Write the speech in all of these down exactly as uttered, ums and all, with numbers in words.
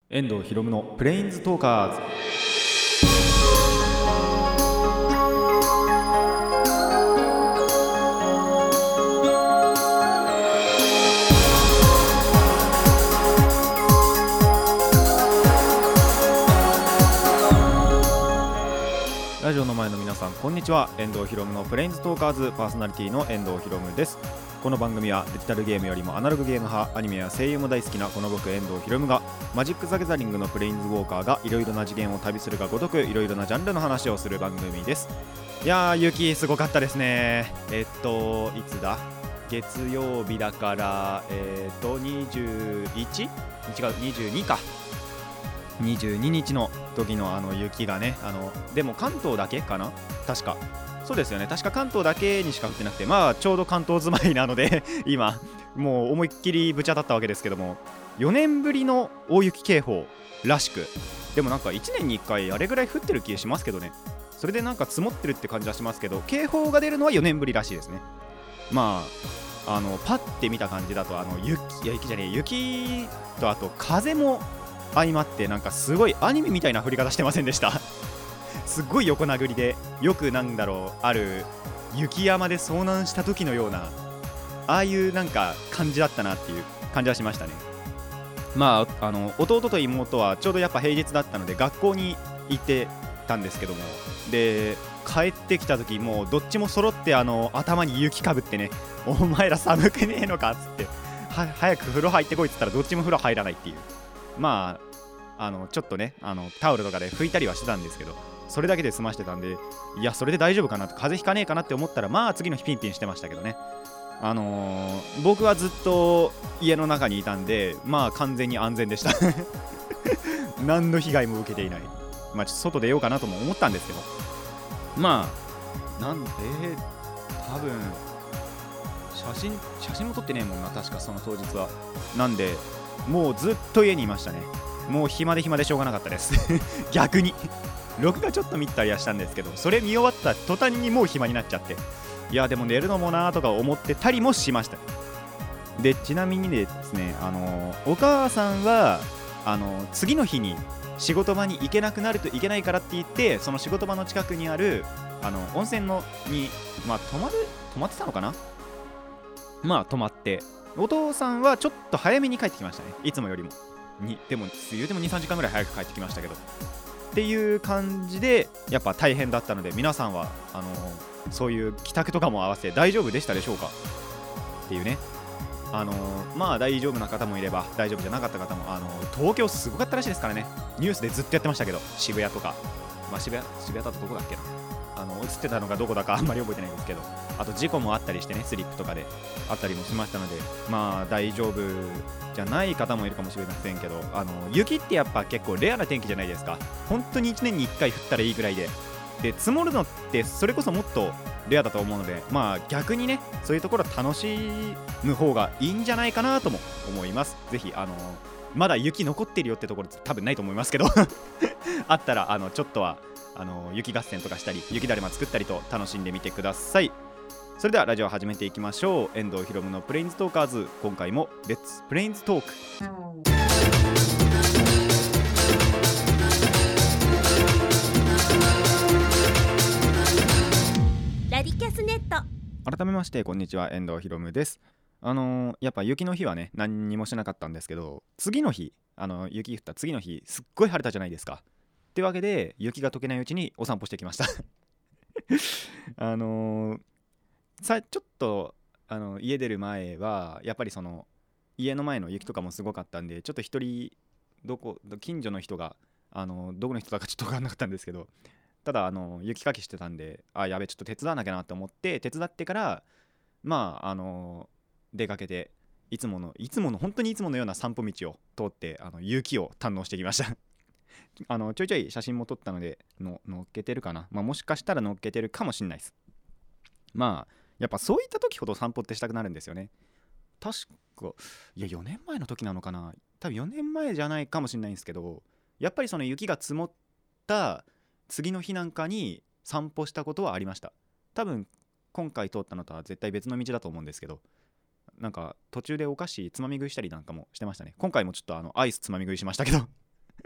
遠藤ひろむのプレインズトーカーズ。ラジオの前の皆さん、こんにちは。遠藤ひろむのプレインズトーカーズパーソナリティの遠藤ひろむです。この番組はデジタルゲームよりもアナログゲーム派、アニメや声優も大好きなこの僕遠藤ひろむがマジック・ザ・ギャザリングのプレインズウォーカーがいろいろな次元を旅するがごとくいろいろなジャンルの話をする番組です。いやー、雪すごかったですね。えっといつだ月曜日だからえっとにじゅういち？違うにじゅうにかにじゅうににちの時のあの雪がね、あのでも関東だけかな、確かそうですよね。確か関東だけにしか降ってなくて、まあちょうど関東住まいなので今もう思いっきりぶち当たったわけですけども、よねんぶりの大雪警報らしく、でもなんかいちねんにいっかいあれぐらい降ってる気がしますけどね。それでなんか積もってるって感じはしますけど、警報が出るのはよねんぶりらしいですね。まああのパッて見た感じだと、あの雪いや雪じゃねえ雪とあと風も相まって、なんかすごいアニメみたいな降り方してませんでしたすっごい横殴りで、よくなんだろうある雪山で遭難した時のような、ああいうなんか感じだったなっていう感じはしましたね。まああの弟と妹はちょうどやっぱ平日だったので学校に行ってたんですけども、で帰ってきた時もうどっちも揃ってあの頭に雪かぶってね、お前ら寒くねえのかっつって、は早く風呂入ってこいっつったらどっちも風呂入らないっていう、まああのちょっとねあのタオルとかで拭いたりはしてたんですけど、それだけで済ましてたんで、いやそれで大丈夫かなと、風邪ひかねえかなって思ったら、まあ次の日ピンピンしてましたけどね。あのー、僕はずっと家の中にいたんで、まあ完全に安全でした何の被害も受けていない。まあちょっと外出ようかなとも思ったんですけど、まあなんで多分写真写真も撮ってねえもんな、確かその当日は。なんでもうずっと家にいましたね。もう暇で暇でしょうがなかったです逆に録画ちょっと見たりはしたんですけど、それ見終わった途端にもう暇になっちゃって、いやでも寝るのもなーとか思ってたりもしました。でちなみにですね、あのー、お母さんはあのー、次の日に仕事場に行けなくなるといけないからって言って、その仕事場の近くにあるあの温泉のに、まあ、泊まる泊まってたのかな、まあ泊まって、お父さんはちょっと早めに帰ってきましたね、いつもよりも。にでも言うても にさんじかんぐらい早く帰ってきましたけど、っていう感じでやっぱ大変だったので、皆さんはあのそういう帰宅とかも合わせて大丈夫でしたでしょうかっていうね。あのまあ大丈夫な方もいれば大丈夫じゃなかった方も、あの東京すごかったらしいですからね。ニュースでずっとやってましたけど、渋谷とか、まあ渋谷渋谷だとどこだっけな、あの映ってたのがどこだかあんまり覚えてないんですけど、あと事故もあったりしてね、スリップとかであったりもしましたので、まあ大丈夫じゃない方もいるかもしれませんけど、あの雪ってやっぱ結構レアな天気じゃないですか。本当にいちねんにいっかい降ったらいいぐらいで、で積もるのってそれこそもっとレアだと思うので、まあ逆にねそういうところ楽しむ方がいいんじゃないかなとも思います。ぜひあのまだ雪残ってるよってところ多分ないと思いますけどあったらあのちょっとはあの雪合戦とかしたり雪だるま作ったりと楽しんでみてください。それではラジオ始めていきましょう。遠藤ひろむのプレインズトーカーズ、今回もレッツプレインズトーク。 ラディキャスネット。 改めましてこんにちは、遠藤ひろむです。あのー、やっぱ雪の日はね何にもしなかったんですけど、次の日あの雪降った次の日すっごい晴れたじゃないですか。ってわけで雪が溶けないうちにお散歩してきましたあのー、さちょっとあの家出る前はやっぱりその家の前の雪とかもすごかったんで、ちょっと一人どこ近所の人があのどこの人だかちょっと分かんなかったんですけど、ただあの雪かきしてたんで、あやべちょっと手伝わなきゃなと思って手伝ってから、まああの出かけて、いつものいつもの本当にいつものような散歩道を通ってあの雪を堪能してきましたあのちょいちょい写真も撮ったのでの載っけてるかな、まあ、もしかしたら載っけてるかもしんないです。まあやっぱそういった時ほど散歩ってしたくなるんですよね。確かいやよねんまえの時なのかな、多分よねんまえじゃないかもしれないんですけど、やっぱりその雪が積もった次の日なんかに散歩したことはありました。多分今回通ったのとは絶対別の道だと思うんですけど、なんか途中でお菓子つまみ食いしたりなんかもしてましたね。今回もちょっとあのアイスつまみ食いしましたけど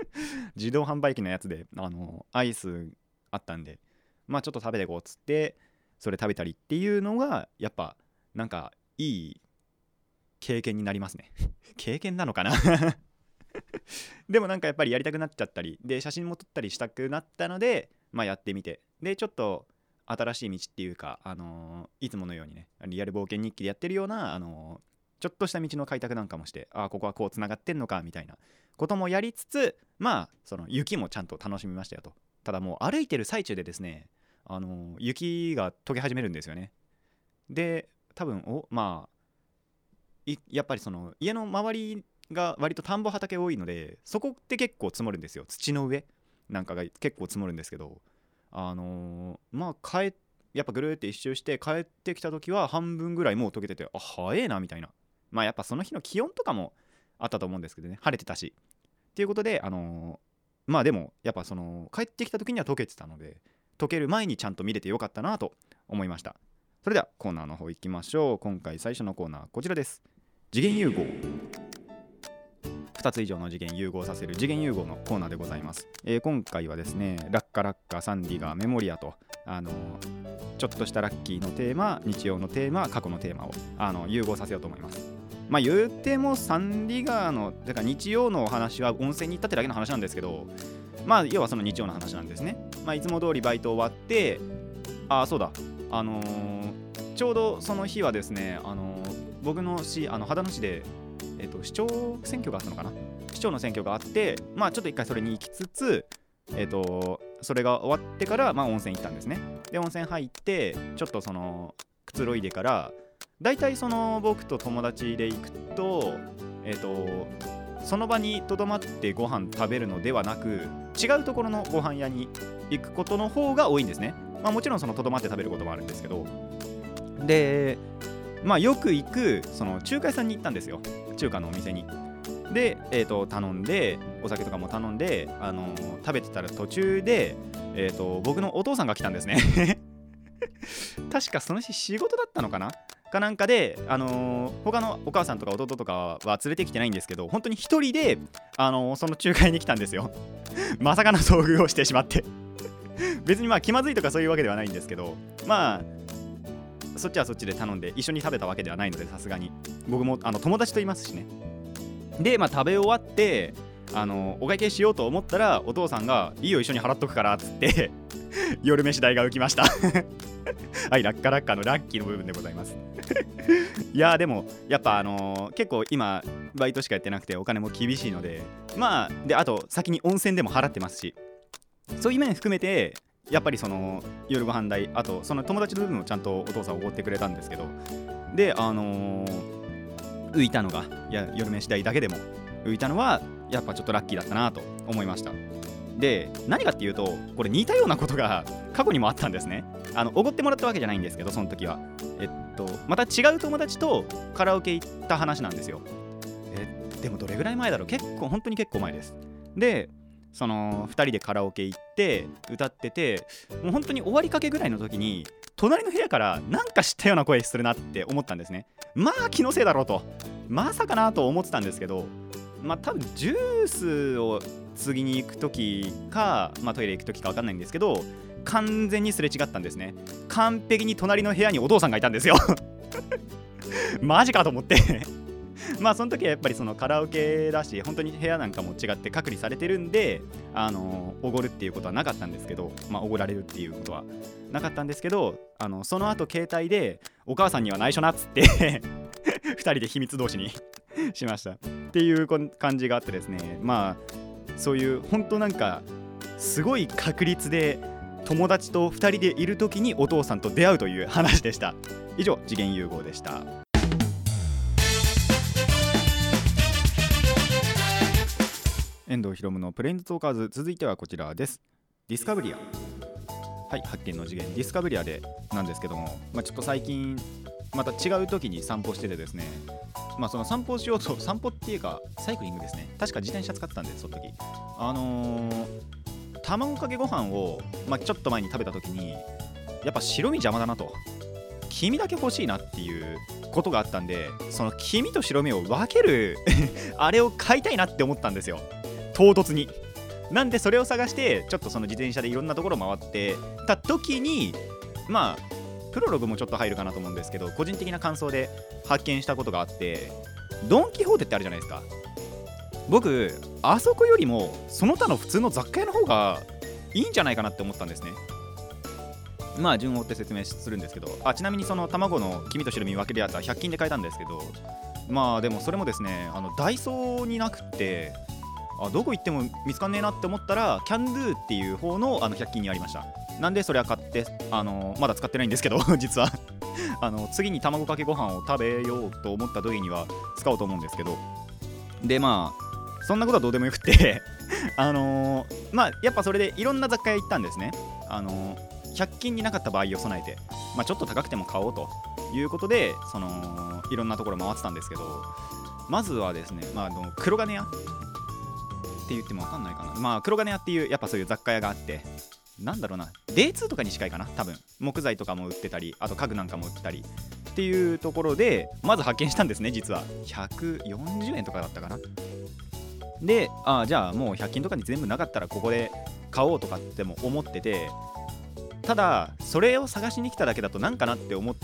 自動販売機のやつであのアイスあったんで、まあちょっと食べてこうっつってそれ食べたりっていうのがやっぱなんかいい経験になりますね経験なのかなでもなんかやっぱりやりたくなっちゃったりで写真も撮ったりしたくなったので、まあやってみて、でちょっと新しい道っていうか、あのー、いつものようにねリアル冒険日記でやってるような、あのー、ちょっとした道の開拓なんかもして、ああここはこうつながってんのかみたいなこともやりつつ、まあその雪もちゃんと楽しみましたよと。ただもう歩いてる最中でですね、あのー、雪が溶け始めるんですよね。で多分おまあやっぱりその家の周りが割と田んぼ畑多いので、そこって結構積もるんですよ。土の上なんかが結構積もるんですけど、あのー、まあ帰やっぱぐるーって一周して帰ってきた時は半分ぐらいもう溶けてて、あ早えなみたいな。まあやっぱその日の気温とかもあったと思うんですけどね、晴れてたしっていうことで、あのー、まあでもやっぱその帰ってきた時には溶けてたので、溶ける前にちゃんと見れてよかったなと思いました。それではコーナーの方行きましょう。今回最初のコーナーこちらです。次元融合。ふたつ以上の次元融合させる次元融合のコーナーでございます。えー、今回はですね、ラッカラッカサンディガーメモリアと、あのー、ちょっとしたラッキーのテーマ、日曜のテーマ、過去のテーマをあの融合させようと思います。まあ言うてもサンディガーのだから日曜のお話は温泉に行ったってだけの話なんですけど、まあ要はその日曜の話なんですね。まあいつも通りバイト終わって、あそうだあのー、ちょうどその日はですね、あのー、僕の市あの秦野市でえっと、市長選挙があったのかな市長の選挙があって、まあちょっと一回それに行きつつ、えっと、それが終わってから、まあ温泉行ったんですね。で、温泉入って、ちょっとその、くつろいでから、だいたいその僕と友達で行くと、えっと、その場にとどまってご飯食べるのではなく、違うところのご飯屋に行くことの方が多いんですね。まあもちろんそのとどまって食べることもあるんですけど、で、まあよく行くその中華屋さんに行ったんですよ。中華のお店に。で、えー、と頼んでお酒とかも頼んで、あのー、食べてたら途中で、えー、と僕のお父さんが来たんですね確かその日仕事だったのかなかなんかで、あのー、他のお母さんとか弟とかは連れてきてないんですけど、本当に一人で、あのー、その仲介に来たんですよまさかの遭遇をしてしまって別にまあ気まずいとかそういうわけではないんですけど、まあそっちはそっちで頼んで一緒に食べたわけではないので、さすがに僕もあの友達といますしね。でまあ食べ終わってあのお会計しようと思ったら、お父さんがいいよ一緒に払っとくからっつって夜飯代が浮きましたはい、ラッカラッカのラッキーの部分でございますいやでもやっぱあのー、結構今バイトしかやってなくてお金も厳しいので、まあであと先に温泉でも払ってますし、そういう面含めてやっぱりその夜ご飯代、あとその友達の部分もちゃんとお父さんおごってくれたんですけど、であのー、浮いたのが、いや夜飯代だけでも浮いたのはやっぱちょっとラッキーだったなと思いました。で何かっていうと、これ似たようなことが過去にもあったんですね。あのおごってもらったわけじゃないんですけど、その時はえっとまた違う友達とカラオケ行った話なんですよ。えでもどれぐらい前だろう、結構本当に結構前です。でそのふたりでカラオケ行って歌ってて、もう本当に終わりかけぐらいの時に隣の部屋からなんか知ったような声するなって思ったんですね。まあ気のせいだろうと、まさかなと思ってたんですけど、まあ多分ジュースを次に行く時か、まあトイレ行く時か分かんないんですけど、完全にすれ違ったんですね。完璧に隣の部屋にお父さんがいたんですよマジかと思ってまあその時はやっぱりそのカラオケだし、本当に部屋なんかも違って隔離されてるんで、あのおごるっていうことはなかったんですけど、まあおごられるっていうことはなかったんですけど、あのその後携帯でお母さんには内緒なっつってふたりで秘密同士にしましたっていう感じがあってですね、まあそういう本当なんかすごい確率で友達とふたりでいる時にお父さんと出会うという話でした。以上次元融合でした。遠藤ひろむのプレインズトーカーズ、続いてはこちらです。ディスカブリア。はい、発見の次元ディスカブリアでなんですけども、まあ、ちょっと最近また違う時に散歩しててですね、まあその散歩しようと、散歩っていうかサイクリングですね、確か自転車使ってたんで、その時あのー、卵かけご飯を、まあ、ちょっと前に食べた時にやっぱ白身邪魔だなと、黄身だけ欲しいなっていうことがあったんで、その黄身と白身を分けるあれを買いたいなって思ったんですよ、唐突になんでそれを探してちょっとその自転車でいろんなところ回ってた時に、まあプロログもちょっと入るかなと思うんですけど、個人的な感想で発見したことがあって、ドン・キホーテってあるじゃないですか。僕あそこよりもその他の普通の雑貨屋の方がいいんじゃないかなって思ったんですね。まあ順を追って説明するんですけど、あちなみにその卵の黄身と白身分けるやつはひゃく均で買えたんですけど、まあでもそれもですね、あのダイソーになくって、あどこ行っても見つかんねえなって思ったらキャンドゥっていう方のあのひゃく均にありました。なんでそれは買って、あのまだ使ってないんですけど実はあの次に卵かけご飯を食べようと思った時には使おうと思うんですけど、でまあそんなことはどうでもよくてあのー、まあやっぱそれでいろんな雑貨屋行ったんですね。あのー、ひゃく均になかった場合を備えて、まあ、ちょっと高くても買おうということで、そのいろんなところ回ってたんですけど、まずはですね、まあ、あの黒金屋って言っても分かんないかな、まあ黒金屋っていうやっぱそういう雑貨屋があって、なんだろうな ディーツー とかに近いかな、多分木材とかも売ってたり、あと家具なんかも売ってたりっていうところでまず発見したんですね。実はひゃくよんじゅうえんとかだったかな。で、あじゃあもうひゃく均とかに全部なかったらここで買おうとかっても思ってて、ただそれを探しに来ただけだとなんかなって思って、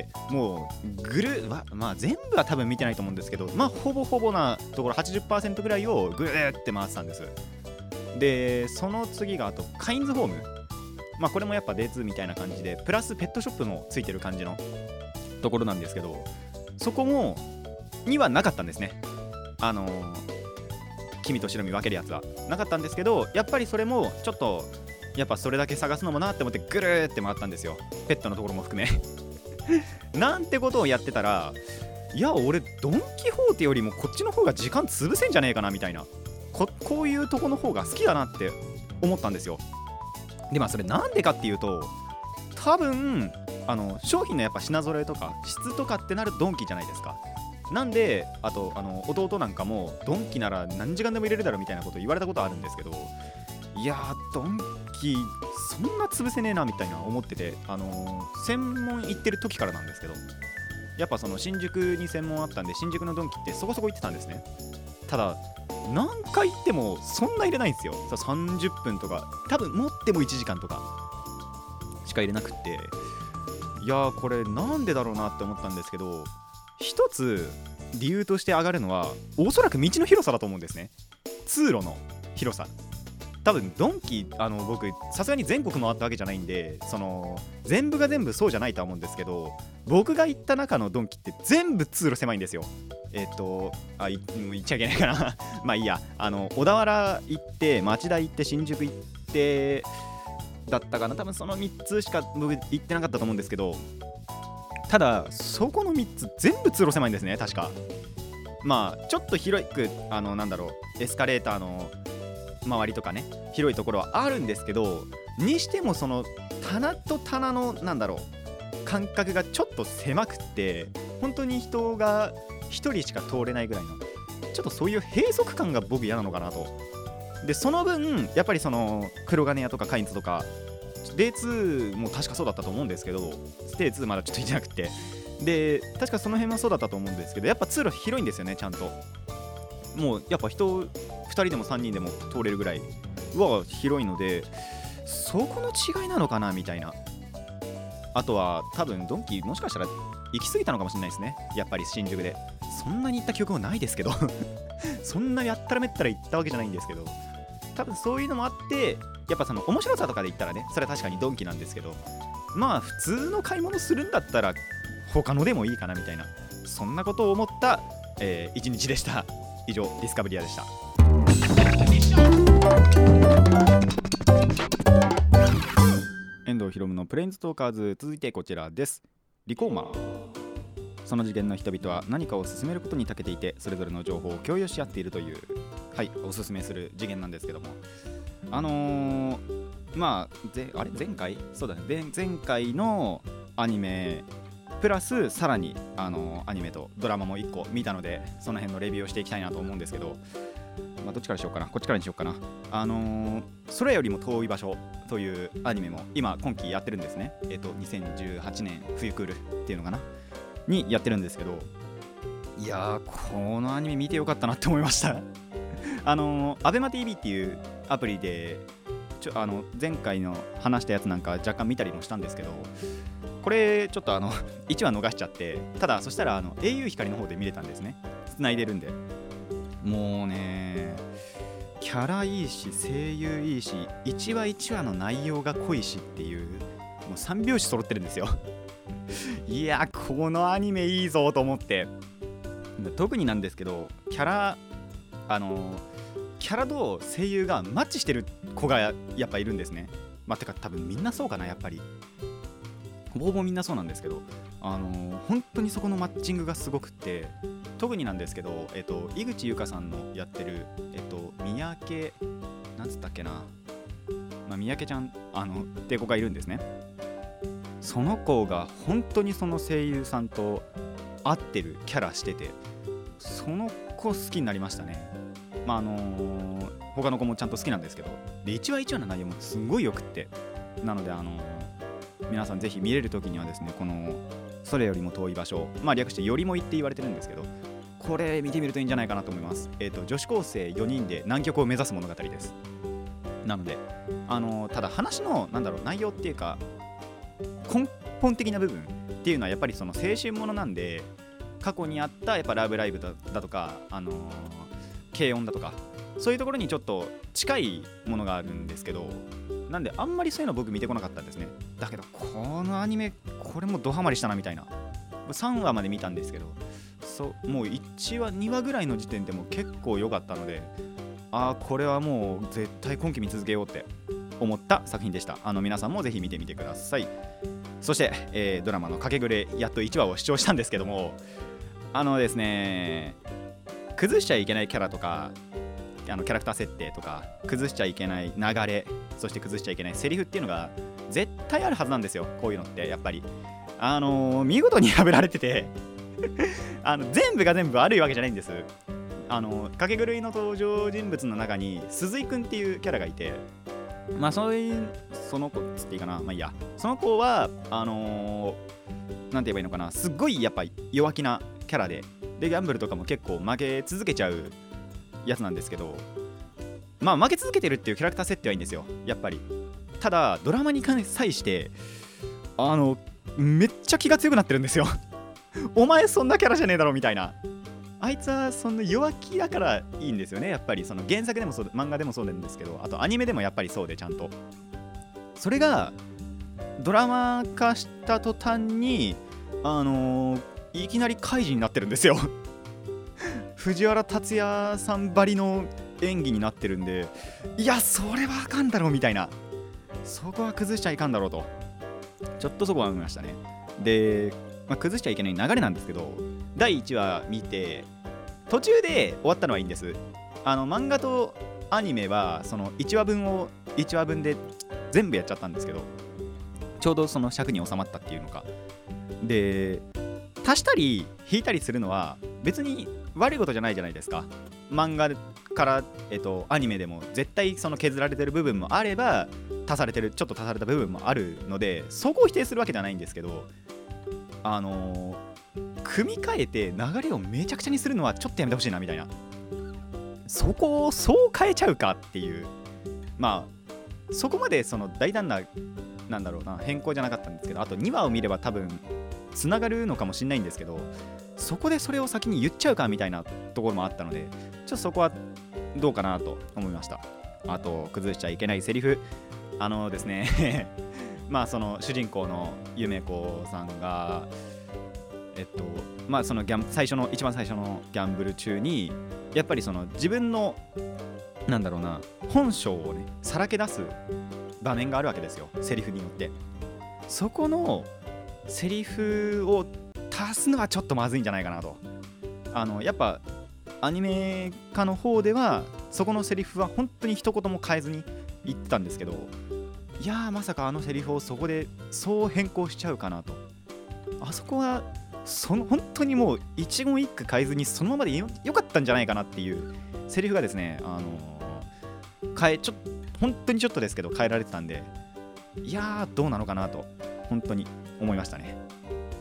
もうぐるわまあ全部は多分見てないと思うんですけど、まあほぼほぼなところ はちじゅっパーセント ぐらいをぐーって回ってたんです。でその次があとカインズホーム、まあこれもやっぱ ディーツー みたいな感じでプラスペットショップもついてる感じのところなんですけど、そこもにはなかったんですね。あのー、黄身と白身分けるやつはなかったんですけど、やっぱりそれもちょっとやっぱそれだけ探すのもなって思ってぐるーって回ったんですよ、ペットのところも含めなんてことをやってたら、いや俺ドン・キホーテよりもこっちの方が時間潰せんじゃねえかなみたいな、 こ, こういうとこの方が好きだなって思ったんですよ。でまあそれなんでかっていうと、多分あの商品のやっぱ品揃えとか質とかってなるドンキじゃないですか。なんであとあの弟なんかもドンキなら何時間でも入れるだろみたいなこと言われたことあるんですけど、いやードンキそんな潰せねえなみたいな思ってて、あのー、専門行ってる時からなんですけど、やっぱその新宿に専門あったんで新宿のドンキってそこそこ行ってたんですね。ただ何回行ってもそんな入れないんですよ。さんじゅっぷんとか多分持ってもいちじかんとかしか入れなくって、いやーこれなんでだろうなって思ったんですけど、一つ理由として上がるのはおそらく道の広さだと思うんですね。通路の広さ、多分ドンキあの僕さすがに全国回ったわけじゃないんで、その全部が全部そうじゃないとは思うんですけど、僕が行った中のドンキって全部通路狭いんですよ。えっ、ー、とあい言っちゃいけないかなまあいいや、あの小田原行って町田行って新宿行ってだったかな、多分そのみっつしか僕行ってなかったと思うんですけど、ただそこのみっつ全部通路狭いんですね確か。まあちょっと広くあのなんだろうエスカレーターの周りとかね広いところはあるんですけど、にしてもその棚と棚のなんだろう間隔がちょっと狭くって本当に人がひとりしか通れないぐらいのちょっとそういう閉塞感が僕嫌なのかなと。でその分やっぱりその黒金屋とかカインズとか ディーツー も確かそうだったと思うんですけど、 ディーツー まだちょっと行ってなくて、で確かその辺はそうだったと思うんですけど、やっぱ通路広いんですよねちゃんと。もうやっぱ人ふたりでもさんにんでも通れるぐらいは広いので、そこの違いなのかなみたいな。あとは多分ドンキもしかしたら行き過ぎたのかもしれないですね。やっぱり新宿でそんなに行った記憶もないですけどそんなやったらめったら行ったわけじゃないんですけど、多分そういうのもあってやっぱその面白さとかで言ったらね、それは確かにドンキなんですけど、まあ普通の買い物するんだったら他のでもいいかなみたいな、そんなことを思った、えー、一日でした。以上ディスカブリアでした。遠藤ひろむのプレインズトーカーズ、続いてこちらです。リコーマー。その次元の人々は何かを進めることに長けていて、それぞれの情報を共有し合っているという、はい、おすすめする次元なんですけども、あのー、まあぜあれ前回そうだね前回のアニメプラスさらにあのアニメとドラマもいっこ見たので、その辺のレビューをしていきたいなと思うんですけど、まあ、どっちからしようかな、こっちからにしようかな。あのー、空よりも遠い場所というアニメも今今期やってるんですね。えっとにせんじゅうはちねん冬クールっていうのかなにやってるんですけど、いやーこのアニメ見てよかったなって思いましたあのアベマ ティーブイ っていうアプリでちょあの前回の話したやつなんか若干見たりもしたんですけど、これちょっとあのいちわ逃しちゃって、ただそしたらあの au 光の方で見れたんですね。繋いでるんで、もうねキャラいいし声優いいしいちわいちわの内容が濃いしっていう、もう三拍子揃ってるんですよいやこのアニメいいぞと思って、特になんですけどキャラあのキャラと声優がマッチしてる子がやっぱいるんですね。まあてか多分みんなそうかな、やっぱりほぼほぼみんなそうなんですけど、あのー、本当にそこのマッチングがすごくって、特になんですけど、えっと、井口優香さんのやってる、えっと、三宅なんつったっけな、まあ、三宅ちゃんあのって子がいるんですね。その子が本当にその声優さんと合ってるキャラしてて、その子好きになりましたね。まああのー、他の子もちゃんと好きなんですけど、でいちわいちわの内容もすごいよくって、なのであのー、皆さんぜひ見れるときにはですね、このそれよりも遠い場所、まあ略してよりもいって言われてるんですけど、これ見てみるといいんじゃないかなと思います。えっと女子高生よにんで南極を目指す物語です。なのであのー、ただ話のなんだろう内容っていうか根本的な部分っていうのはやっぱりその青春ものなんで、過去にあったやっぱラブライブ だ, だとかあのー、軽音だとかそういうところにちょっと近いものがあるんですけど、なんであんまりそういうの僕見てこなかったんですね。だけどこのアニメこれもドハマりしたなみたいな、さんわまで見たんですけど、そうもういちわにわぐらいの時点でも結構良かったので、あーこれはもう絶対今期見続けようって思った作品でした。あの皆さんもぜひ見てみてください。そして、えー、ドラマのかけぐれやっといちわを視聴したんですけども、あのですね崩しちゃいけないキャラとかあのキャラクター設定とか崩しちゃいけない流れ、そして崩しちゃいけないセリフっていうのが絶対あるはずなんですよ。こういうのってやっぱりあのー、見事に破られててあの全部が全部悪いわけじゃないんです。あのかけ狂いの登場人物の中に鈴井くんっていうキャラがいて、まあそういうその子つっていいかな、まあいいや、その子はあのー、なんて言えばいいのかな、すっごいやっぱ弱気なキャラで、でギャンブルとかも結構負け続けちゃうやつなんですけど、まあ負け続けてるっていうキャラクター設定はいいんですよやっぱり。ただドラマに際してあのめっちゃ気が強くなってるんですよお前そんなキャラじゃねえだろみたいな。あいつはその弱気だからいいんですよね。やっぱりその原作でもそう漫画でもそうなんですけど、あとアニメでもやっぱりそうで、ちゃんとそれがドラマ化した途端にあのー、いきなり怪人になってるんですよ藤原竜也さんばりの演技になってるんで、いやそれはあかんだろうみたいな、そこは崩しちゃいかんだろうとちょっとそこは思いましたね。で、まあ、崩しちゃいけない流れなんですけど、だいいちわ見て途中で終わったのはいいんです。あの漫画とアニメはそのいちわぶんをいちわぶんで全部やっちゃったんですけど、ちょうどその尺に収まったっていうのかで、足したり引いたりするのは別に悪いことじゃないじゃないですか。漫画から、えっと、アニメでも絶対その削られてる部分もあれば足されてるちょっと足された部分もあるので、そこを否定するわけではないんですけど、あのー、組み替えて流れをめちゃくちゃにするのはちょっとやめてほしいなみたいな、そこをそう変えちゃうかっていう、まあそこまでその大胆ななんだろうな変更じゃなかったんですけど、あとにわを見れば多分つながるのかもしれないんですけど、そこでそれを先に言っちゃうかみたいなところもあったので、ちょっとそこはどうかなと思いました。あと崩しちゃいけないセリフ、あのですねまあその主人公のゆめこさんがえっとまあそのギャン最初の一番最初のギャンブル中にやっぱりその自分のなんだろうな本性をねさらけ出す場面があるわけですよ、セリフによって。そこのセリフを足すのはちょっとまずいんじゃないかなと。あのやっぱアニメ化の方ではそこのセリフは本当に一言も変えずに言ってたんですけど、いやーまさかあのセリフをそこでそう変更しちゃうかなと。あそこはその本当にもう一言一句変えずにそのままで よ, よかったんじゃないかなっていうセリフがですね、あのー、変えちょ本当にちょっとですけど変えられてたんで、いやーどうなのかなと本当に思いましたね。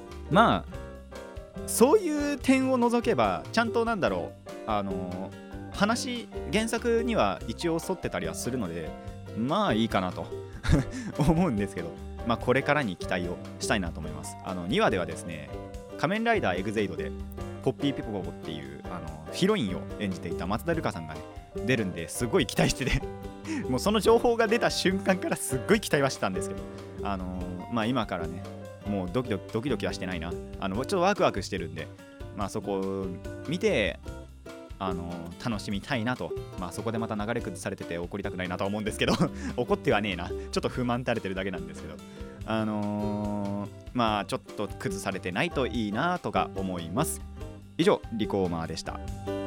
まあそういう点を除けばちゃんとなんだろうあのー、 話原作には一応沿ってたりはするので、まあいいかなと思うんですけど、まあこれからに期待をしたいなと思います。あのにわではですね、仮面ライダーエグゼイドでポッピーピポポポっていうあのヒロインを演じていた松田瑠香さんが、ね、出るんですごい期待しててもうその情報が出た瞬間からすっごい期待はしてたんですけど、あのー、まあ今からね、もうドキドキドキドキはしてないな、あのちょっとワクワクしてるんで、まあそこを見て、あのー、楽しみたいなと。まあそこでまた流れ崩されてて怒りたくないなとは思うんですけど怒ってはねえな、ちょっと不満垂れてるだけなんですけど、あのー、まあちょっと崩されてないといいなとか思います。以上リコーマーでした。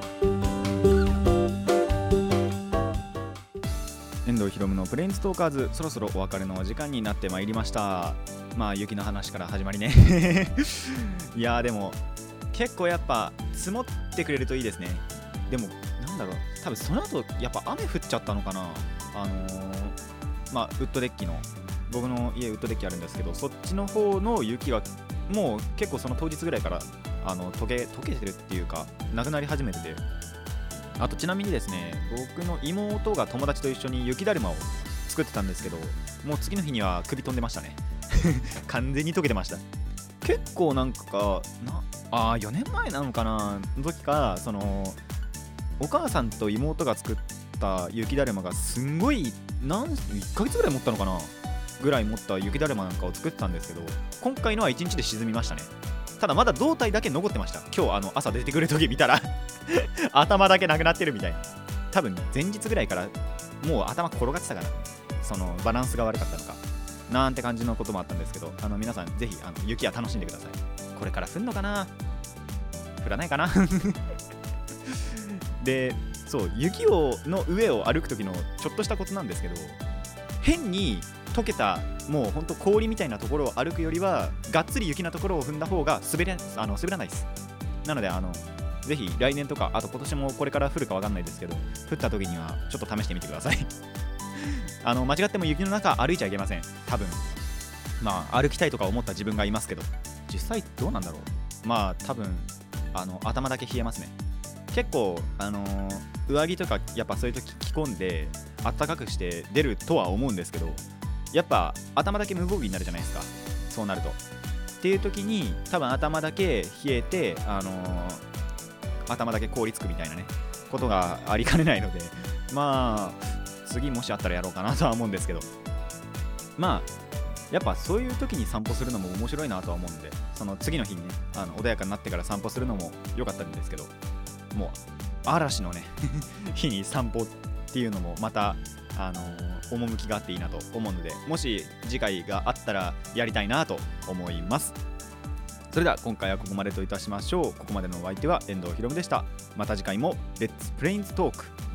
遠藤ひろむのプレインストーカーズ、そろそろお別れのお時間になってまいりました。まあ雪の話から始まりねいやーでも結構やっぱ積もってくれるといいですね。でもなんだろう、多分その後やっぱ雨降っちゃったのかな。あのー、まあウッドデッキの、僕の家ウッドデッキあるんですけど、そっちの方の雪がもう結構その当日ぐらいからあの溶け溶けてるっていうかなくなり始めてて、あとちなみにですね、僕の妹が友達と一緒に雪だるまを作ってたんですけど、もう次の日には首飛んでましたね完全に溶けてました。結構なんかなあよねんまえなのかなの時か、そのお母さんと妹が作った雪だるまがすんごいなんいっかげつぐらい持ったのかなぐらい持った雪だるまなんかを作ってたんですけど、今回のはいちにちで沈みましたね。ただまだ胴体だけ残ってました。今日あの朝出てくる時見たら頭だけなくなってるみたいな。多分前日ぐらいからもう頭転がってたから、そのバランスが悪かったのかなんて感じのこともあったんですけど、あの皆さんぜひあの雪は楽しんでください。これから降んのかな、降らないかなで、そう雪をの上を歩く時のちょっとしたコツなんですけど、変に溶けたもうほんと氷みたいなところを歩くよりは、がっつり雪なところを踏んだ方が滑れあの滑らないです。なのであのぜひ来年とか、あと今年もこれから降るか分かんないですけど、降った時にはちょっと試してみてくださいあの間違っても雪の中歩いちゃいけません。多分まあ歩きたいとか思った自分がいますけど、実際どうなんだろう。まあ多分あの頭だけ冷えますね。結構あのー、上着とかやっぱそういう時着込んであったかくして出るとは思うんですけど、やっぱ頭だけ無防備になるじゃないですか、そうなると。っていう時に多分頭だけ冷えて、あのー頭だけ凍りつくみたいなねことがありかねないので、まあ次もしあったらやろうかなとは思うんですけど、まあやっぱそういう時に散歩するのも面白いなとは思うんで、その次の日にね、あの穏やかになってから散歩するのも良かったんですけど、もう嵐のね日に散歩っていうのもまたあのー、趣があっていいなと思うので、もし次回があったらやりたいなと思います。それでは今回はここまでといたしましょう。ここまでのお相手は遠藤ひろむでした。また次回もレッツプレインズトーク。